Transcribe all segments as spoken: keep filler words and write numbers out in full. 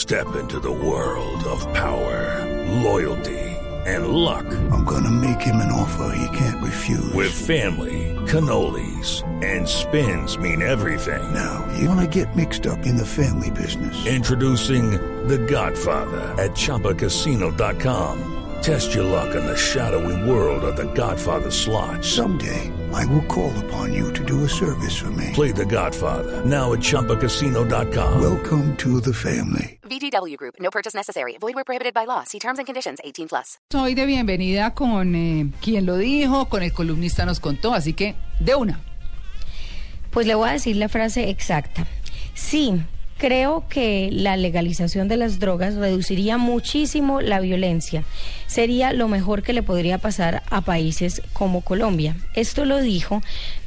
Step into the world of power, loyalty, and luck. I'm gonna make him an offer he can't refuse. With family, cannolis, and spins mean everything. Now, you wanna get mixed up in the family business. Introducing The Godfather at Chumba Casino dot com. Test your luck in the shadowy world of The Godfather slot. Someday, I will call upon you to do a service for me. Play The Godfather, now at Chumba Casino dot com. Welcome to the family. V G W Group. No purchase necessary. Void where prohibited by law. See terms and conditions. eighteen plus. Soy de bienvenida con eh, quien lo dijo, con el columnista nos contó, así que de una. Pues le voy a decir la frase exacta. Sí, creo que la legalización de las drogas reduciría muchísimo la violencia. Sería lo mejor que le podría pasar a países como Colombia. Esto lo dijo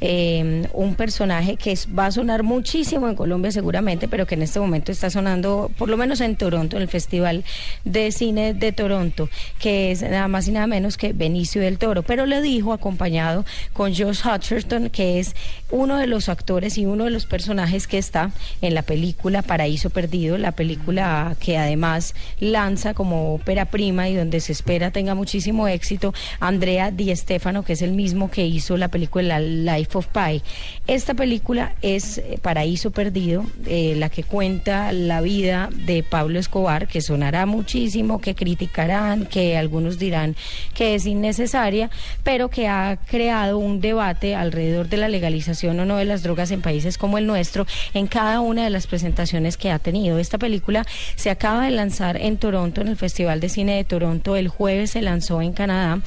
eh, un personaje que es, va a sonar muchísimo en Colombia seguramente, pero que en este momento está sonando, por lo menos en Toronto, en el Festival de Cine de Toronto, que es nada más y nada menos que Benicio del Toro. Pero lo dijo acompañado con Josh Hutcherson, que es uno de los actores y uno de los personajes que está en la película Paraíso Perdido, la película que además lanza como ópera prima y donde se espera tenga muchísimo éxito Andrea Di Stefano, que es el mismo que hizo la película Life of Pi. Esta película es Paraíso Perdido, eh, la que cuenta la vida de Pablo Escobar, que sonará muchísimo, que criticarán, que algunos dirán que es innecesaria, pero que ha creado un debate alrededor de la legalización o no de las drogas en países como el nuestro, en cada una de las presentaciones que ha tenido. Esta película se acaba de lanzar en Toronto, en el Festival de Cine de Toronto. El jueves se lanzó en Canadá.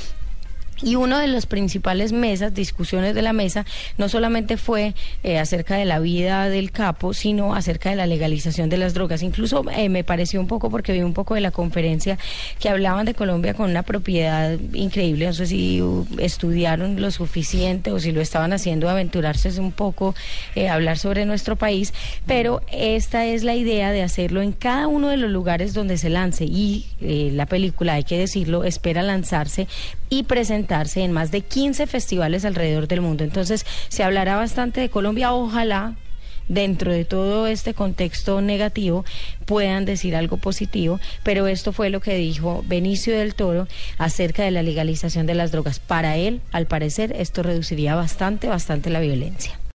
Y una de las principales mesas, discusiones de la mesa, no solamente fue eh, acerca de la vida del capo, sino acerca de la legalización de las drogas. Incluso eh, me pareció un poco, porque vi un poco de la conferencia, que hablaban de Colombia con una propiedad increíble. No sé si uh, estudiaron lo suficiente o si lo estaban haciendo, aventurarse un poco, eh, hablar sobre nuestro país, pero esta es la idea de hacerlo en cada uno de los lugares donde se lance. Y eh, la película, hay que decirlo, espera lanzarse y presentarse en más de quince festivales alrededor del mundo. Entonces se hablará bastante de Colombia. Ojalá dentro de todo este contexto negativo puedan decir algo positivo, pero esto fue lo que dijo Benicio del Toro acerca de la legalización de las drogas. Para él, al parecer, esto reduciría bastante, bastante la violencia.